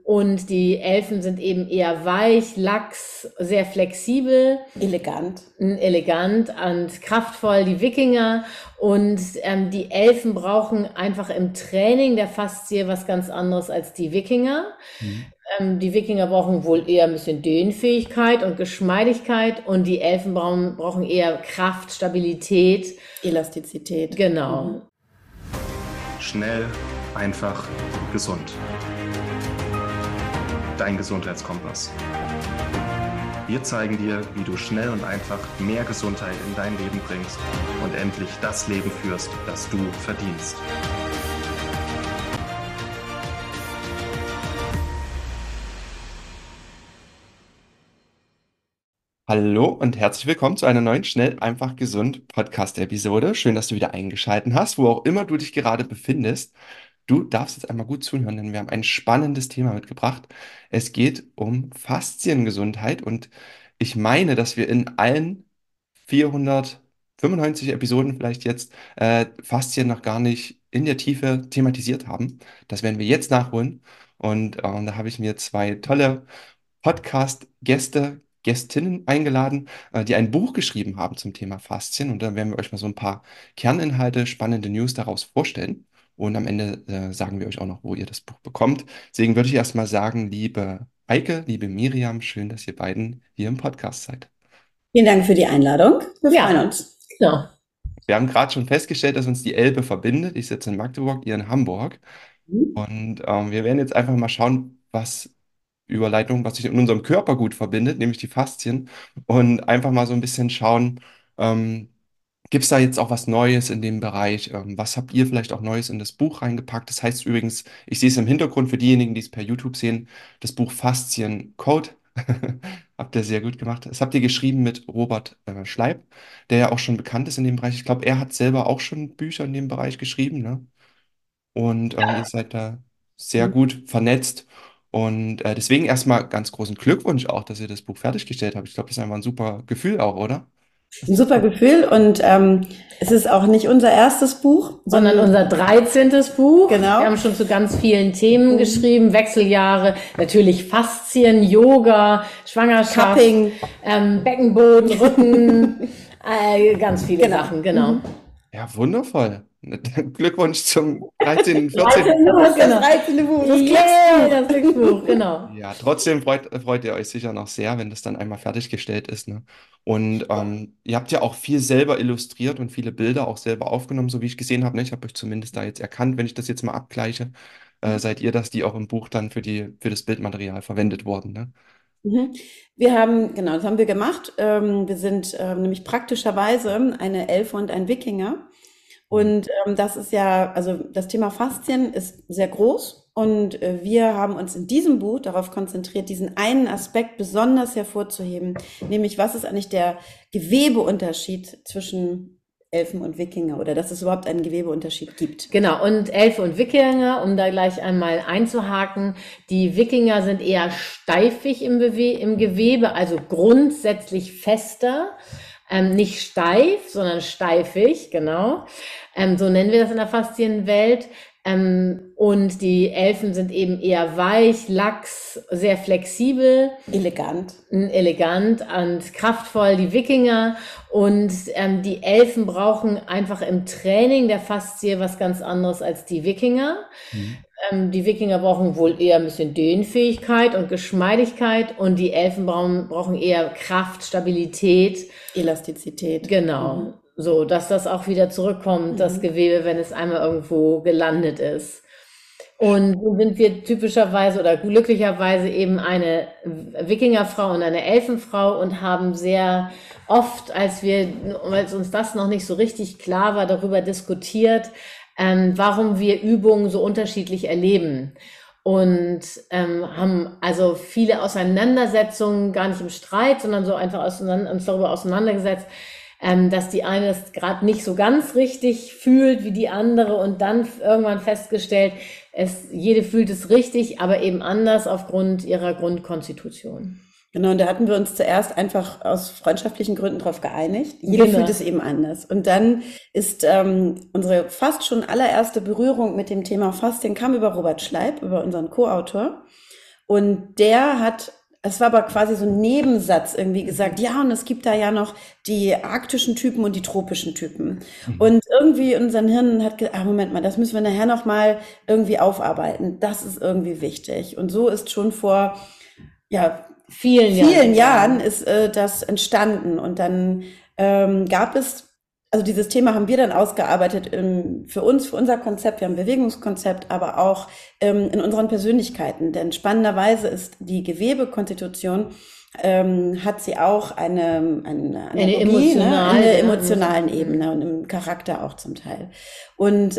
Und die Elfen sind eben eher weich, lax, sehr flexibel, Elegant. elegant und kraftvoll, die Wikinger. Und die Elfen brauchen einfach im Training der Faszie was ganz anderes als die Wikinger. Mhm. Die Wikinger brauchen wohl eher ein bisschen Dehnfähigkeit und Geschmeidigkeit und die Elfen brauchen eher Kraft, Stabilität. Elastizität. Genau. Schnell, einfach, gesund. Dein Gesundheitskompass. Wir zeigen dir, wie du schnell und einfach mehr Gesundheit in dein Leben bringst und endlich das Leben führst, das du verdienst. Hallo und herzlich willkommen zu einer neuen Schnell, einfach, gesund Podcast-Episode. Schön, dass du wieder eingeschaltet hast, wo auch immer du dich gerade befindest. Du darfst jetzt einmal gut zuhören, denn wir haben ein spannendes Thema mitgebracht. Es geht um Fasziengesundheit und ich meine, dass wir in allen 495 Episoden vielleicht jetzt Faszien noch gar nicht in der Tiefe thematisiert haben. Das werden wir jetzt nachholen und da habe ich mir zwei tolle Podcast-Gäste, Gästinnen eingeladen, die ein Buch geschrieben haben zum Thema Faszien. Und da werden wir euch mal so ein paar Kerninhalte, spannende News daraus vorstellen. Und am Ende sagen wir euch auch noch, wo ihr das Buch bekommt. Deswegen würde ich erstmal sagen, liebe Eike, liebe Miriam, schön, dass ihr beiden hier im Podcast seid. Vielen Dank für die Einladung. Wir freuen uns. Genau. Wir haben gerade schon festgestellt, dass uns die Elbe verbindet. Ich sitze in Magdeburg, ihr in Hamburg. Mhm. Und wir werden jetzt einfach mal schauen, was sich in unserem Körper gut verbindet, nämlich die Faszien. Und einfach mal so ein bisschen schauen, ähm, gibt es da jetzt auch was Neues in dem Bereich? Was habt ihr vielleicht auch Neues in das Buch reingepackt? Das heißt übrigens, ich sehe es im Hintergrund für diejenigen, die es per YouTube sehen, das Buch Faszien Code. Habt ihr sehr gut gemacht. Das habt ihr geschrieben mit Robert Schleib, der ja auch schon bekannt ist in dem Bereich. Ich glaube, er hat selber auch schon Bücher in dem Bereich geschrieben, ne? Und ihr seid da sehr gut vernetzt. Und deswegen erstmal ganz großen Glückwunsch auch, dass ihr das Buch fertiggestellt habt. Ich glaube, das ist einfach ein super Gefühl auch, oder? Ein super Gefühl und es ist auch nicht unser erstes Buch, Sondern unser 13. Buch. Genau. Wir haben schon zu ganz vielen Themen geschrieben, Wechseljahre, natürlich Faszien, Yoga, Schwangerschaft, Cupping. Beckenboden, Rücken, ganz viele Sachen, genau. Ja, wundervoll. Glückwunsch zum 13., 14. 13. Buch, Das genau. 13. Buch. Das Yeah, das Glücksbuch, genau. Ja, trotzdem freut ihr euch sicher noch sehr, wenn das dann einmal fertiggestellt ist, ne? Und ihr habt ja auch viel selber illustriert und viele Bilder auch selber aufgenommen, so wie ich gesehen habe, ne? Ich habe euch zumindest da jetzt erkannt, wenn ich das jetzt mal abgleiche, seid ihr das, die auch im Buch dann für das Bildmaterial verwendet wurden, ne? Mhm. Wir haben, genau, das haben wir gemacht. Wir sind nämlich praktischerweise eine Elfe und ein Wikinger. Und das ist ja, also das Thema Faszien ist sehr groß und wir haben uns in diesem Buch darauf konzentriert, diesen einen Aspekt besonders hervorzuheben, nämlich was ist eigentlich der Gewebeunterschied zwischen Elfen und Wikinger oder dass es überhaupt einen Gewebeunterschied gibt. Genau, und Elfe und Wikinger, um da gleich einmal einzuhaken, die Wikinger sind eher steifig im Gewebe, also grundsätzlich fester. Nicht steif, sondern steifig, genau. So nennen wir das in der Faszienwelt. Und die Elfen sind eben eher weich, lax, sehr flexibel, Elegant. elegant und kraftvoll, die Wikinger. Und die Elfen brauchen einfach im Training der Faszie was ganz anderes als die Wikinger. Die Wikinger brauchen wohl eher ein bisschen Dehnfähigkeit und Geschmeidigkeit und die Elfen brauchen eher Kraft, Stabilität. Elastizität. Genau. So, dass das auch wieder zurückkommt, das Gewebe, wenn es einmal irgendwo gelandet ist. Und so sind wir typischerweise oder glücklicherweise eben eine Wikingerfrau und eine Elfenfrau und haben sehr oft, als uns das noch nicht so richtig klar war, darüber diskutiert, warum wir Übungen so unterschiedlich erleben. Und haben also viele Auseinandersetzungen, gar nicht im Streit, sondern so einfach uns darüber auseinandergesetzt, dass die eine es gerade nicht so ganz richtig fühlt wie die andere und dann irgendwann festgestellt, jede fühlt es richtig, aber eben anders aufgrund ihrer Grundkonstitution. Genau, und da hatten wir uns zuerst einfach aus freundschaftlichen Gründen darauf geeinigt. Jeder Genau. fühlt es eben anders. Und dann ist unsere fast schon allererste Berührung mit dem Thema Faszien kam über Robert Schleib, über unseren Co-Autor. Und es war aber quasi so ein Nebensatz irgendwie gesagt, ja, und es gibt da ja noch die arktischen Typen und die tropischen Typen. Und irgendwie in unseren Hirnen hat gesagt, Moment mal, das müssen wir nachher noch mal irgendwie aufarbeiten. Das ist irgendwie wichtig. Und so ist schon vor, ja, vielen Jahren ist das entstanden. Und dann gab es, also dieses Thema haben wir dann ausgearbeitet für unser Konzept. Wir haben ein Bewegungskonzept, aber auch in unseren Persönlichkeiten. Denn spannenderweise ist die Gewebekonstitution, hat sie auch eine Energie, ne? In der emotionalen Ebene und im Charakter auch zum Teil. Und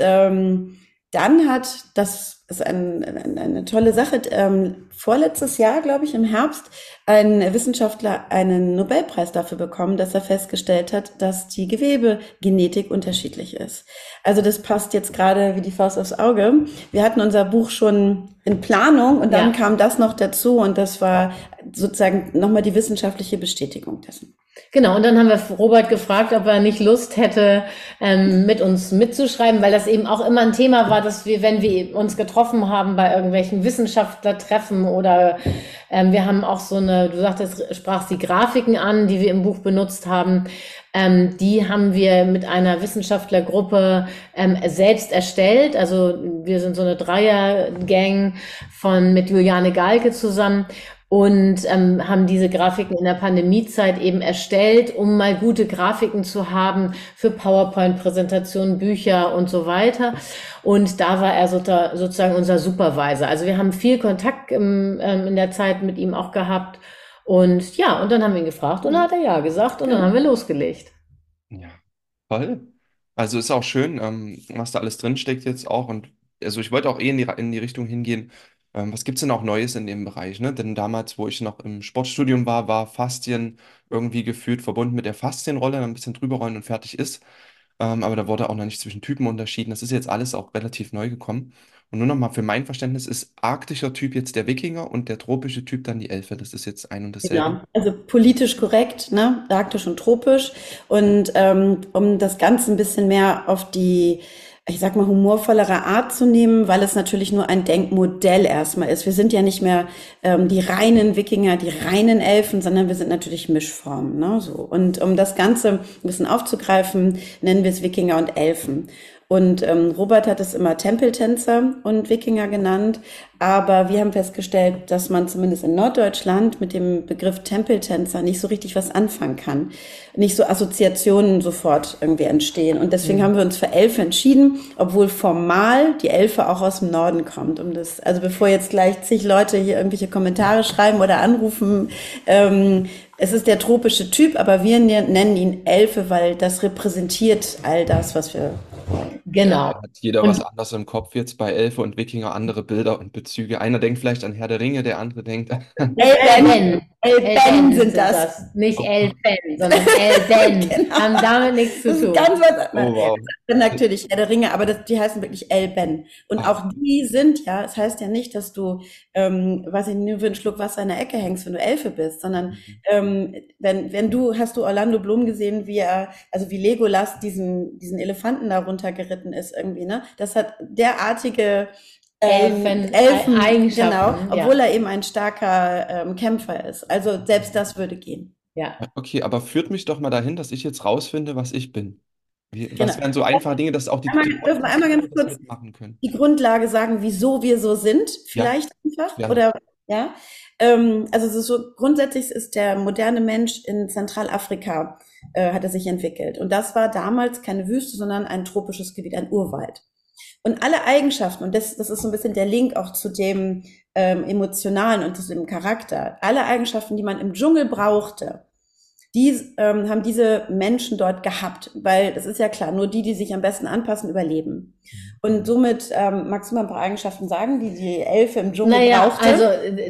dann das ist eine tolle Sache, vorletztes Jahr, glaube ich, im Herbst, ein Wissenschaftler einen Nobelpreis dafür bekommen, dass er festgestellt hat, dass die Gewebegenetik unterschiedlich ist. Also das passt jetzt gerade wie die Faust aufs Auge. Wir hatten unser Buch schon in Planung und dann kam das noch dazu und das war sozusagen nochmal die wissenschaftliche Bestätigung dessen. Genau, und dann haben wir Robert gefragt, ob er nicht Lust hätte, mit uns mitzuschreiben, weil das eben auch immer ein Thema war, dass wir, wenn wir uns getroffen haben bei irgendwelchen Wissenschaftlertreffen oder wir haben auch du sagtest, sprachst die Grafiken an, die wir im Buch benutzt haben, die haben wir mit einer Wissenschaftlergruppe selbst erstellt. Also wir sind so eine Dreiergang mit Juliane Gahlke zusammen. Und haben diese Grafiken in der Pandemiezeit eben erstellt, um mal gute Grafiken zu haben für PowerPoint-Präsentationen, Bücher und so weiter. Und da war er sozusagen unser Supervisor. Also wir haben viel Kontakt in der Zeit mit ihm auch gehabt. Und ja, und dann haben wir ihn gefragt und dann hat er ja gesagt und dann haben wir losgelegt. Ja, toll. Also ist auch schön, was da alles drinsteckt jetzt auch. Und also ich wollte auch in die Richtung hingehen. Was gibt es denn auch Neues in dem Bereich? Ne? Denn damals, wo ich noch im Sportstudium war Faszien irgendwie gefühlt verbunden mit der Faszienrolle, ein bisschen drüber rollen und fertig ist. Aber da wurde auch noch nicht zwischen Typen unterschieden. Das ist jetzt alles auch relativ neu gekommen. Und nur noch mal für mein Verständnis ist arktischer Typ jetzt der Wikinger und der tropische Typ dann die Elfe. Das ist jetzt ein und dasselbe. Genau, also politisch korrekt, ne? Arktisch und tropisch. Und um das Ganze ein bisschen mehr auf die, ich sag mal, humorvollere Art zu nehmen, weil es natürlich nur ein Denkmodell erstmal ist. Wir sind ja nicht mehr die reinen Wikinger, die reinen Elfen, sondern wir sind natürlich Mischformen, ne? So. Und um das Ganze ein bisschen aufzugreifen, nennen wir es Wikinger und Elfen. Und Robert hat es immer Tempeltänzer und Wikinger genannt, aber wir haben festgestellt, dass man zumindest in Norddeutschland mit dem Begriff Tempeltänzer nicht so richtig was anfangen kann. Nicht so Assoziationen sofort irgendwie entstehen. Und deswegen haben wir uns für Elfe entschieden, obwohl formal die Elfe auch aus dem Norden kommt. Also bevor jetzt gleich zig Leute hier irgendwelche Kommentare schreiben oder anrufen, es ist der tropische Typ, aber wir nennen ihn Elfe, weil das repräsentiert all das, was wir wollen. Genau. Hat jeder was anderes im Kopf jetzt bei Elfe und Wikinger, andere Bilder und Bezüge. Einer denkt vielleicht an Herr der Ringe, der andere denkt an Elben sind das. Nicht Elfen, sondern Elben. Genau. Haben damit nichts zu Das ist tun. ganz was anderes. Oh, wow. Das sind natürlich Herr der Ringe, aber die heißen wirklich Elben. Und auch die sind ja, es heißt ja nicht, dass du, weiß ich, nur für einen Schluck Wasser in der Ecke hängst, wenn du Elfe bist, sondern hast du Orlando Bloom gesehen, wie Legolas diesen Elefanten da runtergeritten ist irgendwie, ne? Das hat derartige Elfen, Eigenschaften, genau, ja. obwohl er eben ein starker Kämpfer ist. Also selbst das würde gehen. Ja. Okay, aber führt mich doch mal dahin, dass ich jetzt rausfinde, was ich bin. Was Genau. wären so einfache Dinge, dass auch Dürfen wir einmal ganz das kurz mitmachen können? die Grundlage sagen, wieso wir so sind, vielleicht einfach, gerne. oder, ja. Also es ist so, grundsätzlich ist der moderne Mensch in Zentralafrika, hat er sich entwickelt. Und das war damals keine Wüste, sondern ein tropisches Gebiet, ein Urwald. Und alle Eigenschaften, und das ist so ein bisschen der Link auch zu dem Emotionalen und zu dem Charakter, alle Eigenschaften, die man im Dschungel brauchte, die haben diese Menschen dort gehabt, weil das ist ja klar, nur die sich am besten anpassen, überleben. Und somit, magst du mal ein paar Eigenschaften sagen, die die Elfe im Dschungel brauchte? Also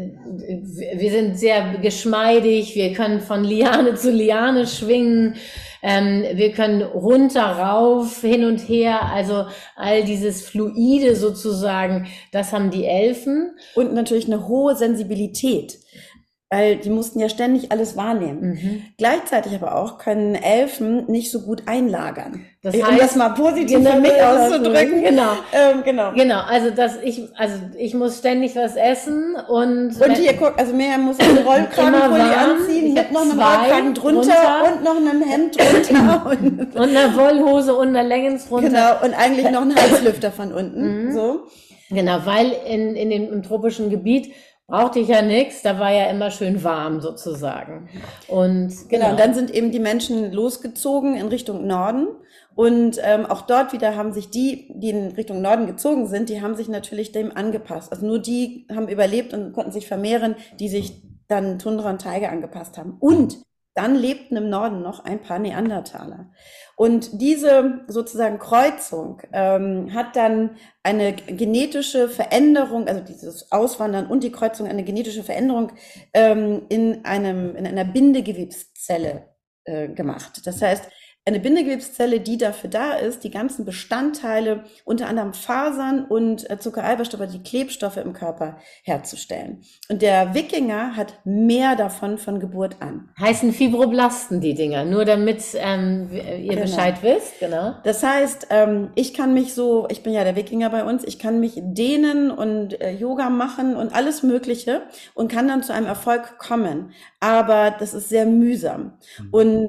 wir sind sehr geschmeidig, wir können von Liane zu Liane schwingen, wir können runter, rauf, hin und her, also all dieses Fluide sozusagen, das haben die Elfen. Und natürlich eine hohe Sensibilität. weil die mussten ja ständig alles wahrnehmen. Gleichzeitig aber auch können Elfen nicht so gut einlagern. Das Um heißt, das mal positiv genau, für mich auszudrücken. Genau. Genau. Genau, also ich muss ständig was essen und hier, guck, also Miriam muss einen Rollkragenpulli anziehen, mit noch einem Rollkragen drunter und noch einem Hemd drunter. und einer Wollhose und einer Leggings drunter. Genau, und eigentlich noch einen Halslüfter von unten. So. Genau, weil im tropischen Gebiet brauchte ich ja nichts, da war ja immer schön warm sozusagen. Und genau, und dann sind eben die Menschen losgezogen in Richtung Norden. Und auch dort wieder haben sich die in Richtung Norden gezogen sind, die haben sich natürlich dem angepasst. Also nur die haben überlebt und konnten sich vermehren, die sich dann Tundra und Taige angepasst haben. Und dann lebten im Norden noch ein paar Neandertaler. Und diese sozusagen Kreuzung hat dann eine genetische Veränderung, also dieses Auswandern und die Kreuzung, eine genetische Veränderung in einer Bindegewebszelle gemacht. Das heißt, eine Bindegewebszelle, die dafür da ist, die ganzen Bestandteile, unter anderem Fasern und Zuckeralberstoffe, die Klebstoffe im Körper herzustellen. Und der Wikinger hat mehr davon von Geburt an. Heißen Fibroblasten die Dinger, nur damit ihr Bescheid wisst, genau. Das heißt, ich bin ja der Wikinger bei uns, ich kann mich dehnen und Yoga machen und alles Mögliche und kann dann zu einem Erfolg kommen. Aber das ist sehr mühsam. Und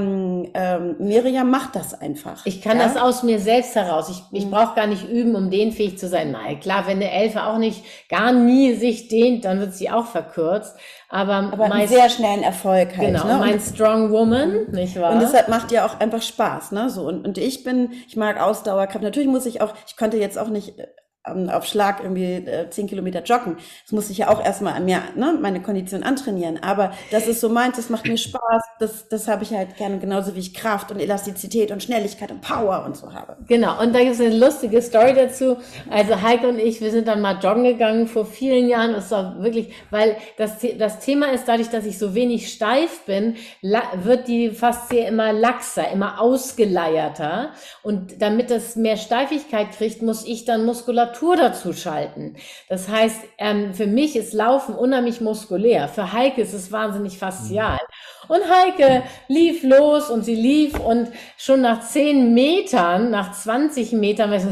Miriam macht das einfach. Ich kann das aus mir selbst heraus. Ich brauche gar nicht üben, um dehnfähig zu sein. Nein, klar, wenn eine Elfe auch gar nie sich dehnt, dann wird sie auch verkürzt. Aber einen sehr schnellen Erfolg halt. Genau, ne? mein Strong Woman, nicht wahr? Und deshalb macht ja auch einfach Spaß, ne? So, und ich mag Ausdauerkraft. Natürlich ich konnte jetzt auch nicht auf Schlag irgendwie 10 Kilometer joggen. Das muss ich ja auch erstmal an mir, ne, meine Kondition antrainieren. Aber das ist so meins, das macht mir Spaß. Das habe ich halt gerne, genauso wie ich Kraft und Elastizität und Schnelligkeit und Power und so habe. Genau, und da gibt es eine lustige Story dazu. Also Heike und ich, wir sind dann mal joggen gegangen vor vielen Jahren. Es war wirklich, weil das Thema ist, dadurch, dass ich so wenig steif bin, wird die Faszie immer laxer, immer ausgeleierter. Und damit das mehr Steifigkeit kriegt, muss ich dann Muskulatur dazu schalten. Das heißt, für mich ist Laufen unheimlich muskulär. Für Heike ist es wahnsinnig faszial. Und Heike lief los und sie lief und schon nach 10 Metern, nach 20 Metern, war ich so,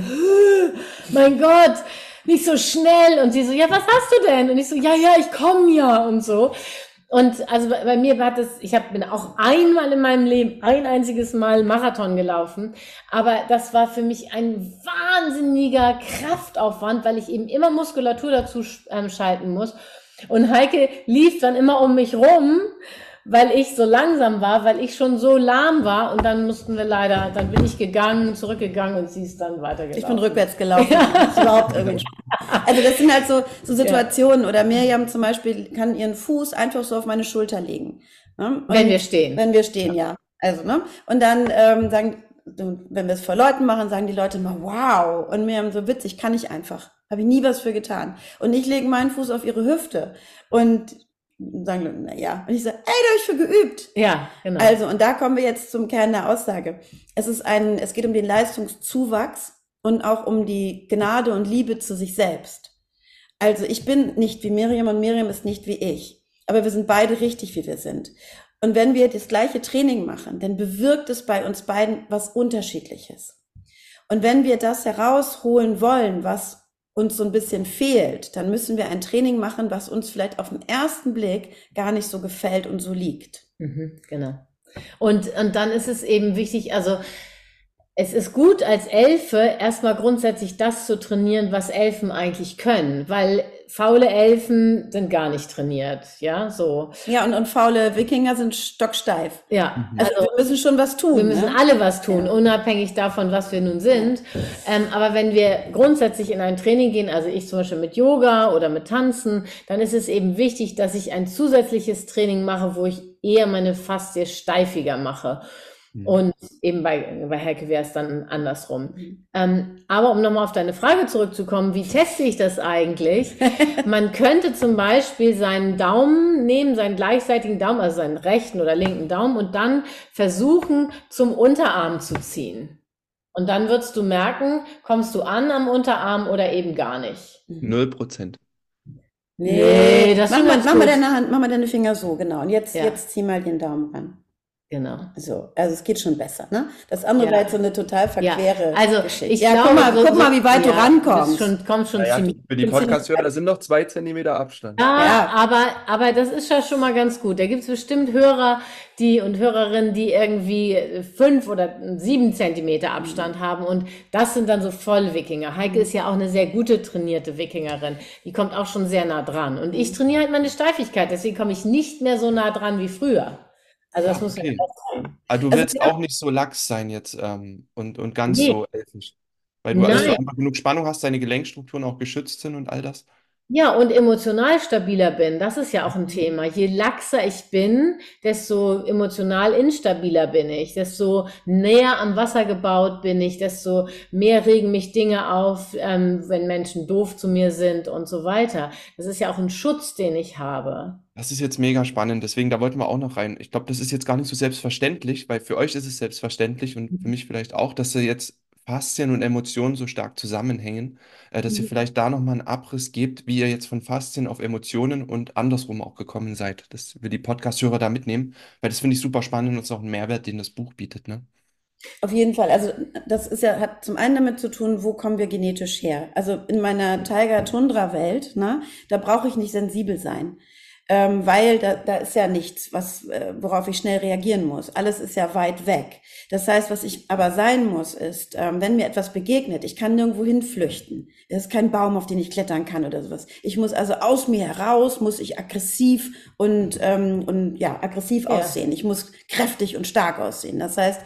mein Gott, nicht so schnell. Und sie so, ja, was hast du denn? Und ich so, ja, ich komme ja und so. Und also bei mir war das, bin auch einmal in meinem Leben, ein einziges Mal Marathon gelaufen, aber das war für mich ein wahnsinniger Kraftaufwand, weil ich eben immer Muskulatur dazu schalten muss. Und Heike lief dann immer um mich rum, weil ich so langsam war, weil ich schon so lahm war, und dann dann bin ich zurückgegangen und sie ist dann weitergelaufen. Ich bin rückwärts gelaufen. Das ist überhaupt irgendwie. Also das sind halt so Situationen, oder Miriam zum Beispiel kann ihren Fuß einfach so auf meine Schulter legen. Ne? Wenn wir stehen. Wenn wir stehen, ja. Also, ne? Und dann wenn wir es vor Leuten machen, sagen die Leute immer, wow. Und Miriam so, witzig, kann ich einfach. Habe ich nie was für getan. Und ich lege meinen Fuß auf ihre Hüfte und sagen, na ja. Und ich sage, da habe ich für geübt. Ja, genau. Also, und da kommen wir jetzt zum Kern der Aussage. Es geht um den Leistungszuwachs und auch um die Gnade und Liebe zu sich selbst. Also, ich bin nicht wie Miriam und Miriam ist nicht wie ich. Aber wir sind beide richtig, wie wir sind. Und wenn wir das gleiche Training machen, dann bewirkt es bei uns beiden was Unterschiedliches. Und wenn wir das herausholen wollen, was uns so ein bisschen fehlt, dann müssen wir ein Training machen, was uns vielleicht auf den ersten Blick gar nicht so gefällt und so liegt. Genau. Und dann ist es eben wichtig, also es ist gut als Elfe erstmal grundsätzlich das zu trainieren, was Elfen eigentlich können, weil faule Elfen sind gar nicht trainiert, ja, so. Ja, und faule Wikinger sind stocksteif. Ja. Also wir müssen schon was tun. Wir müssen alle was tun, unabhängig davon, was wir nun sind. Aber wenn wir grundsätzlich in ein Training gehen, also ich zum Beispiel mit Yoga oder mit Tanzen, dann ist es eben wichtig, dass ich ein zusätzliches Training mache, wo ich eher meine Faszie steifiger mache. Und eben bei Heike wäre es dann andersrum. Aber um nochmal auf deine Frage zurückzukommen, wie teste ich das eigentlich? Man könnte zum Beispiel seinen Daumen nehmen, seinen gleichseitigen Daumen, also seinen rechten oder linken Daumen, und dann versuchen, zum Unterarm zu ziehen. Und dann wirst du merken, kommst du an am Unterarm oder eben gar nicht. 0%. Nee, das ist schon ganz Mach mal gut. deine Hand, mach mal deine Finger so, genau. Und jetzt, Ja, jetzt zieh mal den Daumen ran. genau. So, also es geht schon besser, ne? Das andere war Ja, jetzt so eine total ja. verquere Also Geschichte. ich Ja, glaube, guck mal, wie weit du ja, das rankommst. kommt schon Naja, ziemlich. für die Podcast-Hörer, das sind noch 2 Zentimeter Abstand. Ja, Ja, aber das ist ja schon mal ganz gut. Da gibt es bestimmt Hörer, die und Hörerinnen, die irgendwie 5 oder 7 Zentimeter Abstand haben. Und das sind dann so Vollwikinger. Heike ist ja auch eine sehr gute trainierte Wikingerin. Die kommt auch schon sehr nah dran. Und ich trainiere halt meine Steifigkeit. Deswegen komme ich nicht mehr so nah dran wie früher. Also das Ah, muss man okay. auch sagen. Also du also willst auch nicht so lax sein jetzt und ganz Nee, so elfisch. Weil du, dass du nein. einfach genug Spannung hast, deine Gelenkstrukturen auch geschützt sind und all das. Ja, und emotional stabiler bin, das ist ja auch ein Thema. Je laxer ich bin, desto emotional instabiler bin ich, desto näher am Wasser gebaut bin ich, desto mehr regen mich Dinge auf, wenn Menschen doof zu mir sind und so weiter. Das ist ja auch ein Schutz, den ich habe. Das ist jetzt mega spannend, deswegen da wollten wir auch noch rein. Ich glaube, das ist jetzt gar nicht so selbstverständlich, weil für euch ist es selbstverständlich und für mich vielleicht auch, dass ihr jetzt Faszien und Emotionen so stark zusammenhängen, dass ihr vielleicht da nochmal einen Abriss gebt, wie ihr jetzt von Faszien auf Emotionen und andersrum auch gekommen seid, dass wir die Podcast-Hörer da mitnehmen, weil das finde ich super spannend und ist auch ein Mehrwert, den das Buch bietet, ne? auf jeden Fall. Also das ist ja, hat zum einen damit zu tun, wo kommen wir genetisch her? Also in meiner Tiger-Tundra-Welt, ne, da brauche ich nicht sensibel sein. Weil da ist ja nichts, worauf ich schnell reagieren muss. Alles ist ja weit weg. Das heißt, was ich aber sein muss, ist, wenn mir etwas begegnet, ich kann nirgendwo hinflüchten. Es ist kein Baum, auf den ich klettern kann oder sowas. Ich muss also aus mir heraus, muss ich aggressiv und ja, aggressiv Ja. aussehen. Ich muss kräftig und stark aussehen. Das heißt,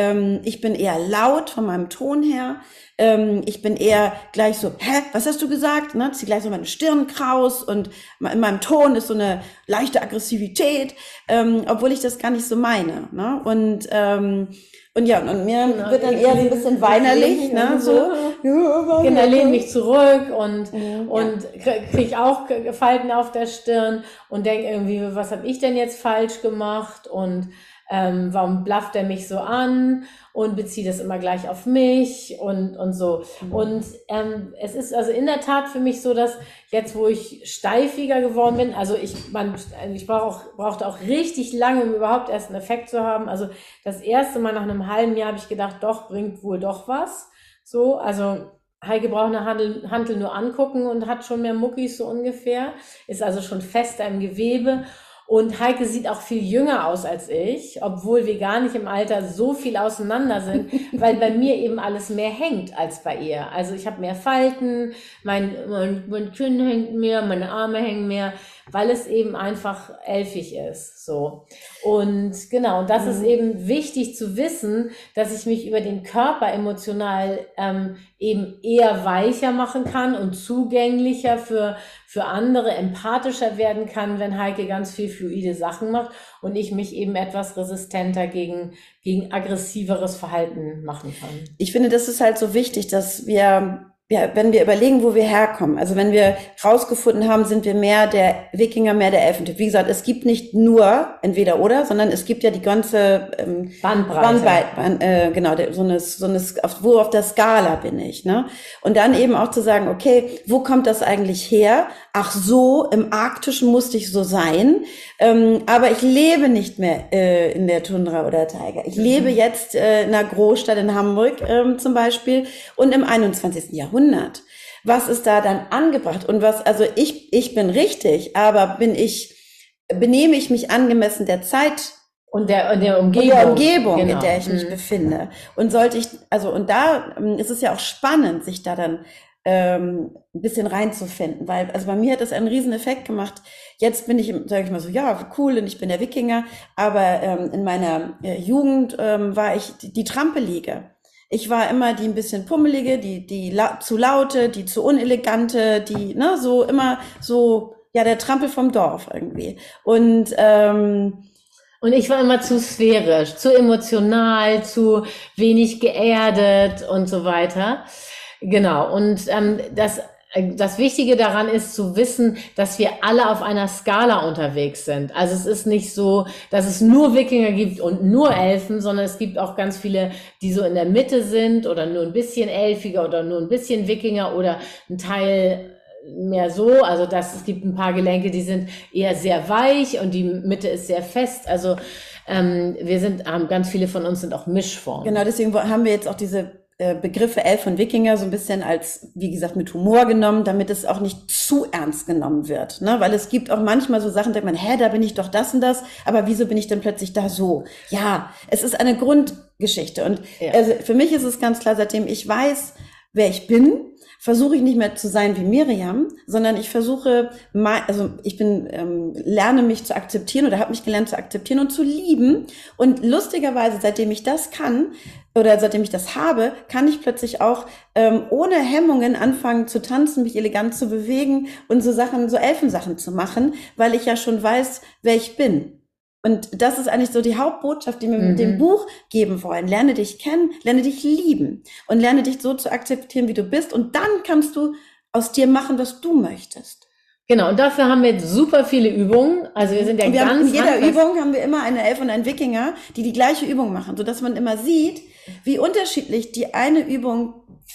ich bin eher laut von meinem Ton her. Ich bin eher gleich so, was hast du gesagt? Ne? Zieh gleich so meine Stirn kraus und in meinem Ton ist so eine leichte Aggressivität, obwohl ich das gar nicht so meine. Ne? Und ja, und mir Genau, wird dann eher so ein bisschen weinerlich, ne? So, Kinder lehnen mich zurück und, ja. krieg auch Falten auf der Stirn und denk irgendwie, was habe ich denn jetzt falsch gemacht und warum blafft er mich so an und bezieht das immer gleich auf mich und so. Und es ist also in der Tat für mich so, dass jetzt, wo ich steifiger geworden bin, also ich brauchte auch richtig lange, um überhaupt erst einen Effekt zu haben. Also das erste Mal nach einem halben Jahr habe ich gedacht, doch, bringt wohl doch was. So, also Heike braucht eine Hantel nur angucken und hat schon mehr Muckis so ungefähr, ist also schon fester im Gewebe. Und Heike sieht auch viel jünger aus als ich, obwohl wir gar nicht im Alter so viel auseinander sind, weil bei mir eben alles mehr hängt als bei ihr. Also ich habe mehr Falten, mein Kinn hängt mehr, meine Arme hängen mehr, weil es eben einfach elfig ist, so. Und genau, und das ist eben wichtig zu wissen, dass ich mich über den Körper emotional eben eher weicher machen kann und zugänglicher für andere, empathischer werden kann, wenn Heike ganz viel fluide Sachen macht und ich mich eben etwas resistenter gegen aggressiveres Verhalten machen kann. Ich finde, das ist halt so wichtig, dass wir, ja, wenn wir überlegen, wo wir herkommen, also wenn wir rausgefunden haben, sind wir mehr der Wikinger, mehr der Elfentyp. Wie gesagt, es gibt nicht nur entweder oder, sondern es gibt ja die ganze Bandbreite. Genau, wo auf der Skala bin ich, ne? Und dann eben auch zu sagen, okay, wo kommt das eigentlich her? Ach so, im Arktischen musste ich so sein, aber ich lebe nicht mehr in der Tundra oder Taiga. Ich lebe jetzt in einer Großstadt in Hamburg zum Beispiel und im 21. Jahrhundert. Was ist da dann angebracht? Und also ich bin richtig, aber benehme ich mich angemessen der Zeit und der und der Umgebung, genau. in der ich mich befinde. Und und da ist es ja auch spannend, sich da dann ein bisschen reinzufinden, weil, also bei mir hat das einen riesen Effekt gemacht. Jetzt bin ich, sage ich mal so, ja, cool, und ich bin der Wikinger, aber in meiner Jugend war ich die Trampelige. Ich war immer die ein bisschen pummelige, die zu laute, die zu unelegante, die, ne, so immer so, ja, der Trampel vom Dorf irgendwie. Und ich war immer zu sphärisch, zu emotional, zu wenig geerdet und so weiter. Genau. Und das Wichtige daran ist zu wissen, dass wir alle auf einer Skala unterwegs sind. Also es ist nicht so, dass es nur Wikinger gibt und nur Elfen, sondern es gibt auch ganz viele, die so in der Mitte sind oder nur ein bisschen elfiger oder nur ein bisschen Wikinger oder ein Teil mehr so, also es gibt ein paar Gelenke, die sind eher sehr weich und die Mitte ist sehr fest. Also ganz viele von uns sind auch Mischformen. Genau, deswegen haben wir jetzt auch diese Begriffe Elf und Wikinger so ein bisschen als, wie gesagt, mit Humor genommen, damit es auch nicht zu ernst genommen wird, ne? Weil es gibt auch manchmal so Sachen, da denkt man, da bin ich doch das und das, aber wieso bin ich denn plötzlich da so? Ja, es ist eine Grundgeschichte und also für mich ist es ganz klar, seitdem ich weiß, wer ich bin, versuche ich nicht mehr zu sein wie Miriam, sondern ich versuche, lerne mich zu akzeptieren oder habe mich gelernt zu akzeptieren und zu lieben. Und lustigerweise, seitdem ich das kann oder seitdem ich das habe, kann ich plötzlich auch ohne Hemmungen anfangen zu tanzen, mich elegant zu bewegen und so Elfensachen zu machen, weil ich ja schon weiß, wer ich bin. Und das ist eigentlich so die Hauptbotschaft, die wir mit dem Buch geben wollen. Lerne dich kennen, lerne dich lieben und lerne dich so zu akzeptieren, wie du bist. Und dann kannst du aus dir machen, was du möchtest. Genau, und dafür haben wir jetzt super viele Übungen. Also wir sind ja in jeder Übung haben wir immer eine Elf und einen Wikinger, die gleiche Übung machen, sodass man immer sieht, wie unterschiedlich die eine Übung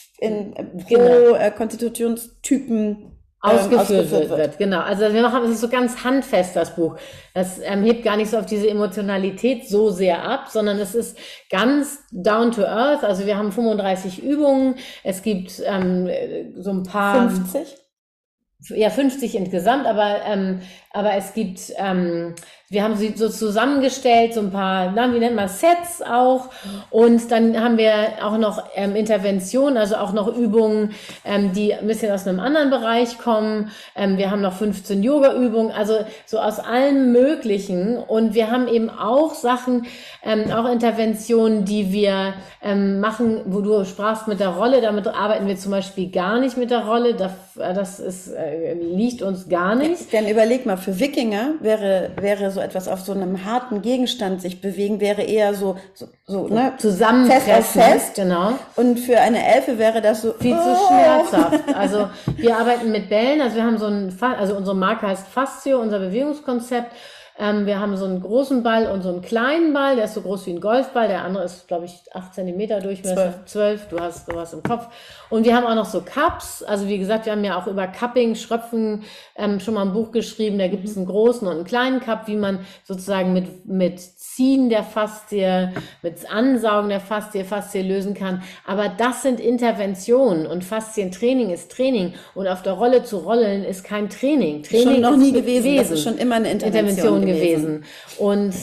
pro Konstitutionstypen ausgeführt wird. Genau. Also es ist so ganz handfest, das Buch. Das hebt gar nicht so auf diese Emotionalität so sehr ab, sondern es ist ganz down to earth. Also wir haben 35 Übungen. Es gibt so ein paar 50? Ja, 50 insgesamt, aber es gibt, wir haben sie so zusammengestellt, so ein paar, wie nennt man Sets auch, und dann haben wir auch noch Interventionen, also auch noch Übungen, die ein bisschen aus einem anderen Bereich kommen. Wir haben noch 15 Yoga-Übungen, also so aus allem Möglichen, und wir haben eben auch Sachen, auch Interventionen, die wir machen, wo du sprachst mit der Rolle, damit arbeiten wir zum Beispiel gar nicht mit der Rolle, das liegt uns gar nicht. Denn überleg mal, für Wikinger wäre so etwas auf so einem harten Gegenstand sich bewegen, wäre eher so ne? Zusammenpressen. Fest auf fest. Genau. Und für eine Elfe wäre das so viel zu schmerzhaft. Also wir arbeiten mit Bällen, also wir haben also unsere Marke heißt Fastio, unser Bewegungskonzept. Wir haben so einen großen Ball und so einen kleinen Ball, der ist so groß wie ein Golfball, der andere ist, glaube ich, 8 Zentimeter Durchmesser, 12, du hast sowas im Kopf. Und wir haben auch noch so Cups, also wie gesagt, wir haben ja auch über Cupping, Schröpfen schon mal ein Buch geschrieben, da gibt es einen großen und einen kleinen Cup, wie man sozusagen mit Ziehen der Faszie, mit Ansaugen der Faszie lösen kann. Aber das sind Interventionen und Faszientraining ist Training und auf der Rolle zu rollen ist kein Training. Training schon noch nie gewesen, das ist schon immer eine Intervention gewesen. Und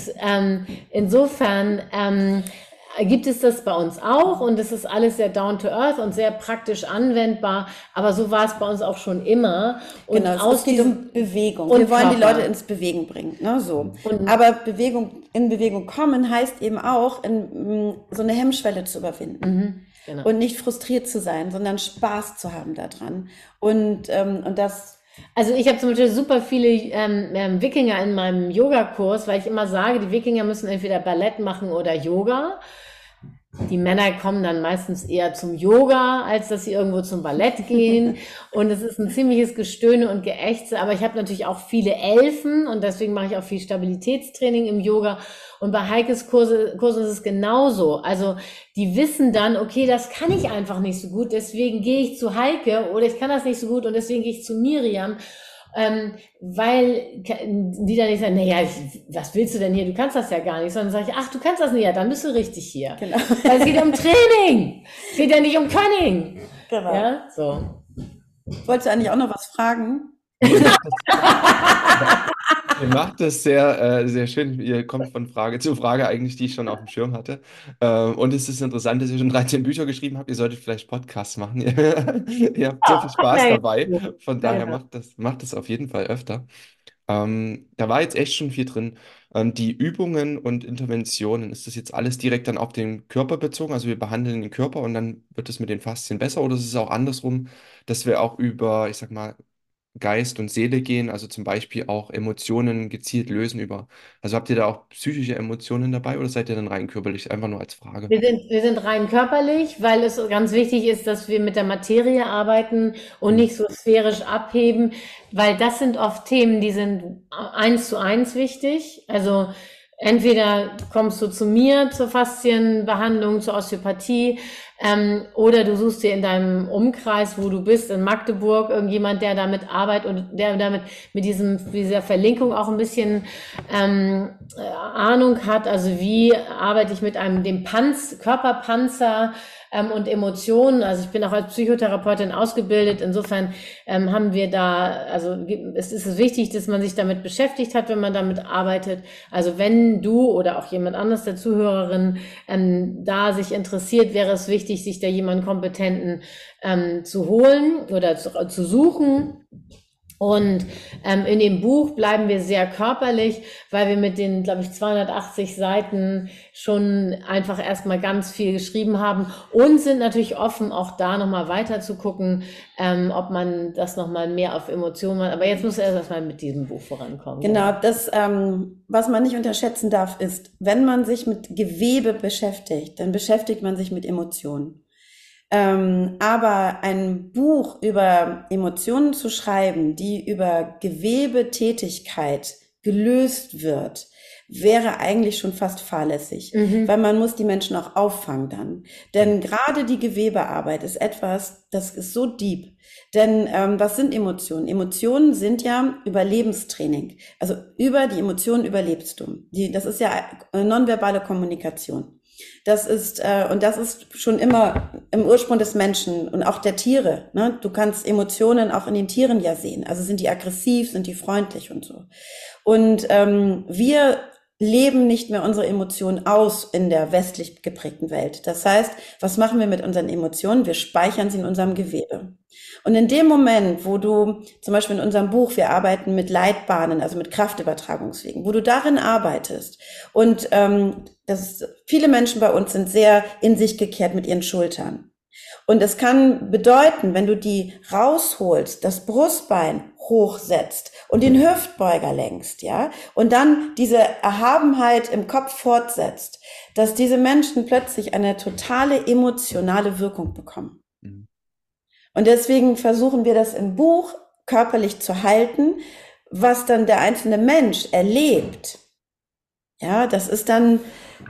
insofern gibt es das bei uns auch und es ist alles sehr down to earth und sehr praktisch anwendbar, aber so war es bei uns auch schon immer. Und genau, aus diesem Bewegung. Wir wollen die Leute ins Bewegen bringen, ne, so. Aber in Bewegung kommen heißt eben auch, so eine Hemmschwelle zu überwinden. Genau. Und nicht frustriert zu sein, sondern Spaß zu haben daran. Und das. Also ich habe zum Beispiel super viele Wikinger in meinem Yogakurs, weil ich immer sage, die Wikinger müssen entweder Ballett machen oder Yoga. Die Männer kommen dann meistens eher zum Yoga, als dass sie irgendwo zum Ballett gehen. Und es ist ein ziemliches Gestöhne und Geächze. Aber ich habe natürlich auch viele Elfen und deswegen mache ich auch viel Stabilitätstraining im Yoga. Und bei Heikes Kursen ist es genauso. Also die wissen dann, okay, das kann ich einfach nicht so gut, deswegen gehe ich zu Heike, oder ich kann das nicht so gut und deswegen gehe ich zu Miriam. Weil die dann nicht sagen, naja, was willst du denn hier, du kannst das ja gar nicht, sondern sage ich, ach, du kannst das nicht, ja, dann bist du richtig hier. Genau. Weil es geht um Training, es geht ja nicht um Cunning. Genau. Ja, so. Wolltest du eigentlich auch noch was fragen? Ihr macht das sehr, sehr schön. Ihr kommt von Frage zu Frage eigentlich, die ich schon auf dem Schirm hatte. Und es ist interessant, dass ihr schon 13 Bücher geschrieben habt. Ihr solltet vielleicht Podcasts machen. Ihr habt so viel Spaß dabei. Von daher macht das auf jeden Fall öfter. Da war jetzt echt schon viel drin. Die Übungen und Interventionen, ist das jetzt alles direkt dann auf den Körper bezogen? Also wir behandeln den Körper und dann wird es mit den Faszien besser? Oder ist es auch andersrum, dass wir auch über, ich sag mal, Geist und Seele gehen, also zum Beispiel auch Emotionen gezielt lösen also habt ihr da auch psychische Emotionen dabei oder seid ihr dann rein körperlich? Einfach nur als Frage. Wir sind rein körperlich, weil es ganz wichtig ist, dass wir mit der Materie arbeiten und nicht so sphärisch abheben, weil das sind oft Themen, die sind 1:1 wichtig. Also Entweder kommst du zu mir zur Faszienbehandlung, zur Osteopathie, oder du suchst dir in deinem Umkreis, wo du bist, in Magdeburg, irgendjemand, der damit arbeitet und der damit mit dieser Verlinkung auch ein bisschen Ahnung hat. Also wie arbeite ich mit dem Körperpanzer und Emotionen. Also ich bin auch als Psychotherapeutin ausgebildet. Insofern haben wir da, also es ist wichtig, dass man sich damit beschäftigt hat, wenn man damit arbeitet. Also wenn du oder auch jemand anderes der Zuhörerin da sich interessiert, wäre es wichtig, sich da jemanden Kompetenten zu holen oder zu suchen. Und in dem Buch bleiben wir sehr körperlich, weil wir mit den, glaube ich, 280 Seiten schon einfach erstmal ganz viel geschrieben haben und sind natürlich offen, auch da nochmal weiter zu gucken, ob man das nochmal mehr auf Emotionen macht. Aber jetzt muss er erstmal mit diesem Buch vorankommen. Genau, das, was man nicht unterschätzen darf, ist, wenn man sich mit Gewebe beschäftigt, dann beschäftigt man sich mit Emotionen. Aber ein Buch über Emotionen zu schreiben, die über Gewebetätigkeit gelöst wird, wäre eigentlich schon fast fahrlässig, weil man muss die Menschen auch auffangen dann. Denn gerade die Gewebearbeit ist etwas, das ist so deep. Denn was sind Emotionen? Emotionen sind ja Überlebenstraining. Also über die Emotionen überlebst du. Das ist ja nonverbale Kommunikation. Das ist schon immer im Ursprung des Menschen und auch der Tiere. Ne? Du kannst Emotionen auch in den Tieren ja sehen. Also sind die aggressiv, sind die freundlich und so. Und wir leben nicht mehr unsere Emotionen aus in der westlich geprägten Welt. Das heißt, was machen wir mit unseren Emotionen? Wir speichern sie in unserem Gewebe. Und in dem Moment, wo du, zum Beispiel in unserem Buch, wir arbeiten mit Leitbahnen, also mit Kraftübertragungswegen, wo du darin arbeitest und viele Menschen bei uns sind sehr in sich gekehrt mit ihren Schultern. Und es kann bedeuten, wenn du die rausholst, das Brustbein hochsetzt und den Hüftbeuger lenkst, ja, und dann diese Erhabenheit im Kopf fortsetzt, dass diese Menschen plötzlich eine totale emotionale Wirkung bekommen. Mhm. Und deswegen versuchen wir das im Buch körperlich zu halten, was dann der einzelne Mensch erlebt. Ja, das ist dann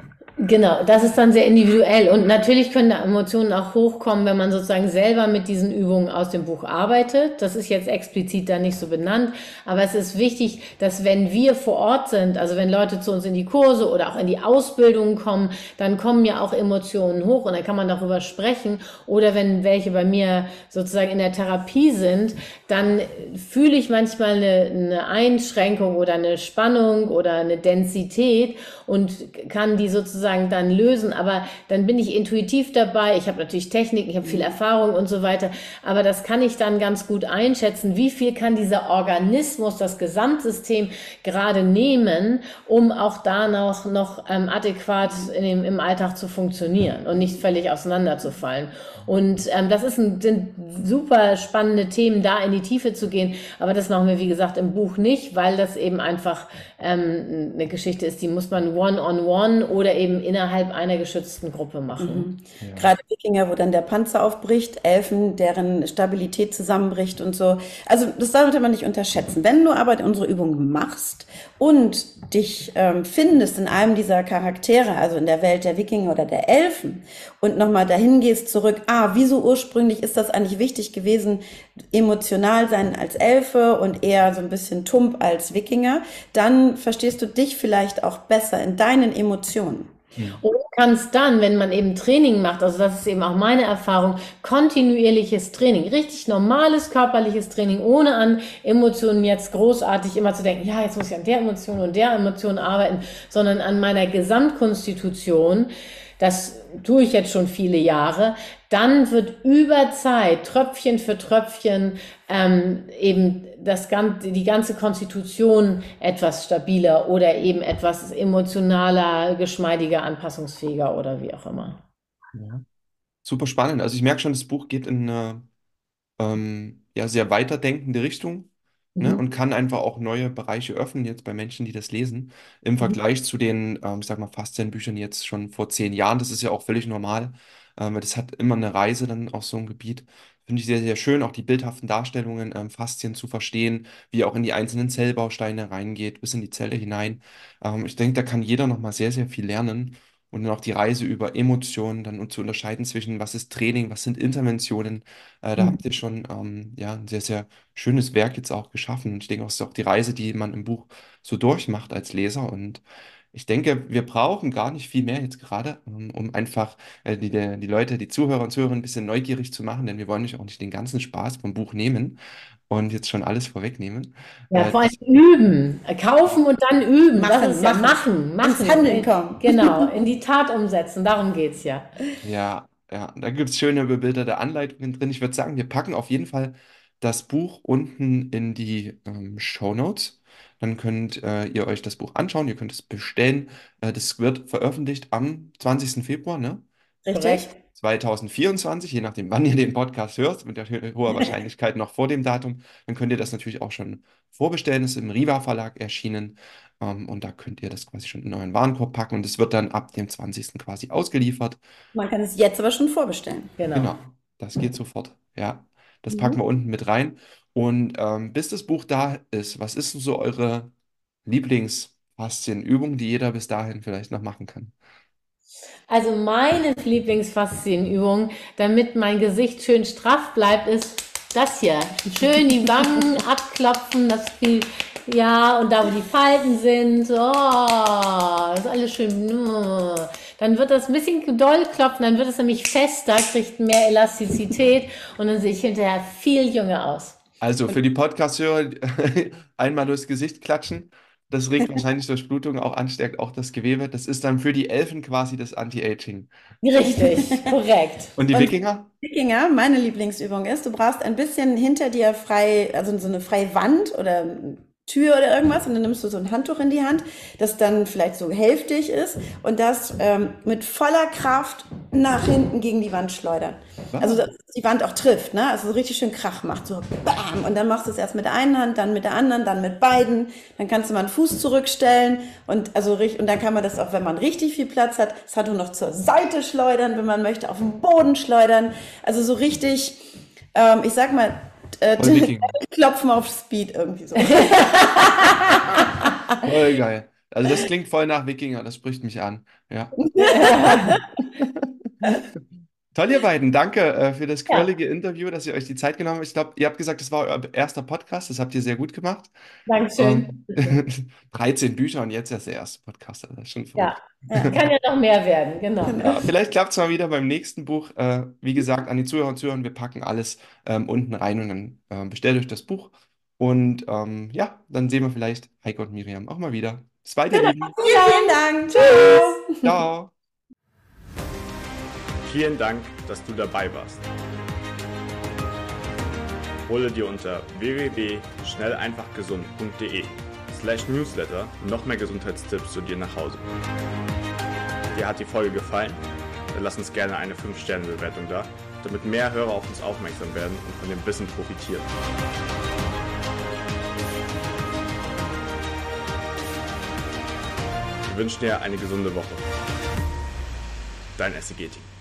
Genau, das ist dann sehr individuell. Und natürlich können da Emotionen auch hochkommen, wenn man sozusagen selber mit diesen Übungen aus dem Buch arbeitet. Das ist jetzt explizit da nicht so benannt. Aber es ist wichtig, dass wenn wir vor Ort sind, also wenn Leute zu uns in die Kurse oder auch in die Ausbildungen kommen, dann kommen ja auch Emotionen hoch und dann kann man darüber sprechen. Oder wenn welche bei mir sozusagen in der Therapie sind, dann fühle ich manchmal eine Einschränkung oder eine Spannung oder eine Densität und kann die sozusagen dann lösen, aber dann bin ich intuitiv dabei, ich habe natürlich Technik, ich habe viel Erfahrung und so weiter, aber das kann ich dann ganz gut einschätzen, wie viel kann dieser Organismus, das Gesamtsystem gerade nehmen, um auch da noch adäquat im Alltag zu funktionieren und nicht völlig auseinanderzufallen. Und das sind super spannende Themen, da in die Tiefe zu gehen, aber das machen wir, wie gesagt, im Buch nicht, weil das eben einfach eine Geschichte ist, die muss man one-on-one oder eben innerhalb einer geschützten Gruppe machen. Ja. Gerade Wikinger, wo dann der Panzer aufbricht, Elfen, deren Stabilität zusammenbricht und so. Also das sollte man nicht unterschätzen. Wenn du aber unsere Übungen machst und dich findest in einem dieser Charaktere, also in der Welt der Wikinger oder der Elfen und nochmal dahin gehst zurück, wieso ursprünglich ist das eigentlich wichtig gewesen, emotional sein als Elfe und eher so ein bisschen tump als Wikinger, dann verstehst du dich vielleicht auch besser in deinen Emotionen. Und du kannst dann, wenn man eben Training macht, also das ist eben auch meine Erfahrung, kontinuierliches Training, richtig normales körperliches Training, ohne an Emotionen jetzt großartig immer zu denken, ja, jetzt muss ich an der Emotion und der Emotion arbeiten, sondern an meiner Gesamtkonstitution. Das tue ich jetzt schon viele Jahre. Dann wird über Zeit, Tröpfchen für Tröpfchen, eben die ganze Konstitution etwas stabiler oder eben etwas emotionaler, geschmeidiger, anpassungsfähiger oder wie auch immer. Ja. Super spannend. Also ich merke schon, das Buch geht in eine sehr weiterdenkende Richtung, ne, und kann einfach auch neue Bereiche öffnen, jetzt bei Menschen, die das lesen, im Vergleich zu den, ich sag mal, Faszienbüchern jetzt schon vor 10 Jahren. Das ist ja auch völlig normal, weil das hat immer eine Reise dann auf so ein Gebiet. Finde ich sehr, sehr schön, auch die bildhaften Darstellungen, Faszien zu verstehen, wie er auch in die einzelnen Zellbausteine reingeht, bis in die Zelle hinein. Ich denke, da kann jeder nochmal sehr, sehr viel lernen. Und dann auch die Reise über Emotionen, dann und zu unterscheiden zwischen, was ist Training, was sind Interventionen. Da Mhm. habt ihr schon ja, ein sehr, sehr schönes Werk jetzt auch geschaffen. Und ich denke, auch, es ist auch die Reise, die man im Buch so durchmacht als Leser. Und ich denke, wir brauchen gar nicht viel mehr jetzt gerade, um einfach die Leute, die Zuhörer und Zuhörerinnen ein bisschen neugierig zu machen, denn wir wollen euch auch nicht den ganzen Spaß vom Buch nehmen und jetzt schon alles vorwegnehmen. Ja, vor allem Das, üben. Kaufen und dann üben. Das Machen, ist ja machen. machen. Ins Handeln kommen. Genau, in die Tat umsetzen. Darum geht's ja. ja, ja, da gibt es schöne bebilderte Anleitungen drin. Ich würde sagen, wir packen auf jeden Fall das Buch unten in die Shownotes. Dann könnt ihr euch das Buch anschauen, ihr könnt es bestellen. Das wird veröffentlicht am 20. Februar, ne? Richtig? Korrekt. 2024, je nachdem, wann ihr den Podcast hört, mit der hoher Wahrscheinlichkeit noch vor dem Datum, dann könnt ihr das natürlich auch schon vorbestellen. Es ist im Riva Verlag erschienen, und da könnt ihr das quasi schon in euren Warenkorb packen und es wird dann ab dem 20. quasi ausgeliefert. Man kann es jetzt aber schon vorbestellen. Genau. Genau, das geht sofort. Ja, das packen wir Mhm. unten mit rein. Und bis das Buch da ist, was ist denn so eure Lieblingsfaszienübung, die jeder bis dahin vielleicht noch machen kann? Also meine Lieblingsfaszienübung, damit mein Gesicht schön straff bleibt, ist das hier. Schön die Wangen abklopfen, das viel, ja, und da wo die Falten sind, so, das ist alles schön. Dann wird das ein bisschen doll klopfen, dann wird es nämlich fester, kriegt mehr Elastizität und dann sehe ich hinterher viel jünger aus. Also für die Podcast-Hörer einmal durchs Gesicht klatschen. Das regt wahrscheinlich Durchblutung auch an, stärkt auch das Gewebe. Das ist dann für die Elfen quasi das Anti-Aging. Richtig, korrekt. Und die Und Wikinger? Wikinger, meine Lieblingsübung ist, du brauchst ein bisschen hinter dir frei, also so eine freie Wand oder Tür oder irgendwas und dann nimmst du so ein Handtuch in die Hand, das dann vielleicht so hälftig ist und das mit voller Kraft nach hinten gegen die Wand schleudern. Also dass die Wand auch trifft, ne? Also so richtig schön Krach macht, so BAM! Und dann machst du es erst mit der einen Hand, dann mit der anderen, dann mit beiden. Dann kannst du mal einen Fuß zurückstellen und und dann kann man das auch, wenn man richtig viel Platz hat, das Handtuch noch zur Seite schleudern, wenn man möchte, auf den Boden schleudern. Also so richtig, ich sag mal, Voll Wikinger. klopfen auf Speed irgendwie so. Voll geil. Also das klingt voll nach Wikinger, das spricht mich an. Ja. Toll, ihr beiden. Danke für das Ja, quirlige Interview, dass ihr euch die Zeit genommen habt. Ich glaube, ihr habt gesagt, das war euer erster Podcast. Das habt ihr sehr gut gemacht. Dankeschön. 13 Bücher und jetzt erst der erste Podcast. Das ist schon Ja, verrückt. kann ja noch mehr werden, genau. Ja, vielleicht klappt es mal wieder beim nächsten Buch. Wie gesagt, an die Zuhörer und Zuhörer, wir packen alles unten rein und dann bestellt euch das Buch. Und ja, dann sehen wir vielleicht Heike und Miriam auch mal wieder. Bis bald, ihr Lieben. Vielen Dank. Tschüss. Ciao. Vielen Dank, dass du dabei warst. Hole dir unter www.schnelleinfachgesund.de/newsletter noch mehr Gesundheitstipps zu dir nach Hause. Dir hat die Folge gefallen? Dann lass uns gerne eine 5-Sterne-Bewertung da, damit mehr Hörer auf uns aufmerksam werden und von dem Wissen profitieren. Wir wünschen dir eine gesunde Woche. Dein SEG-Team.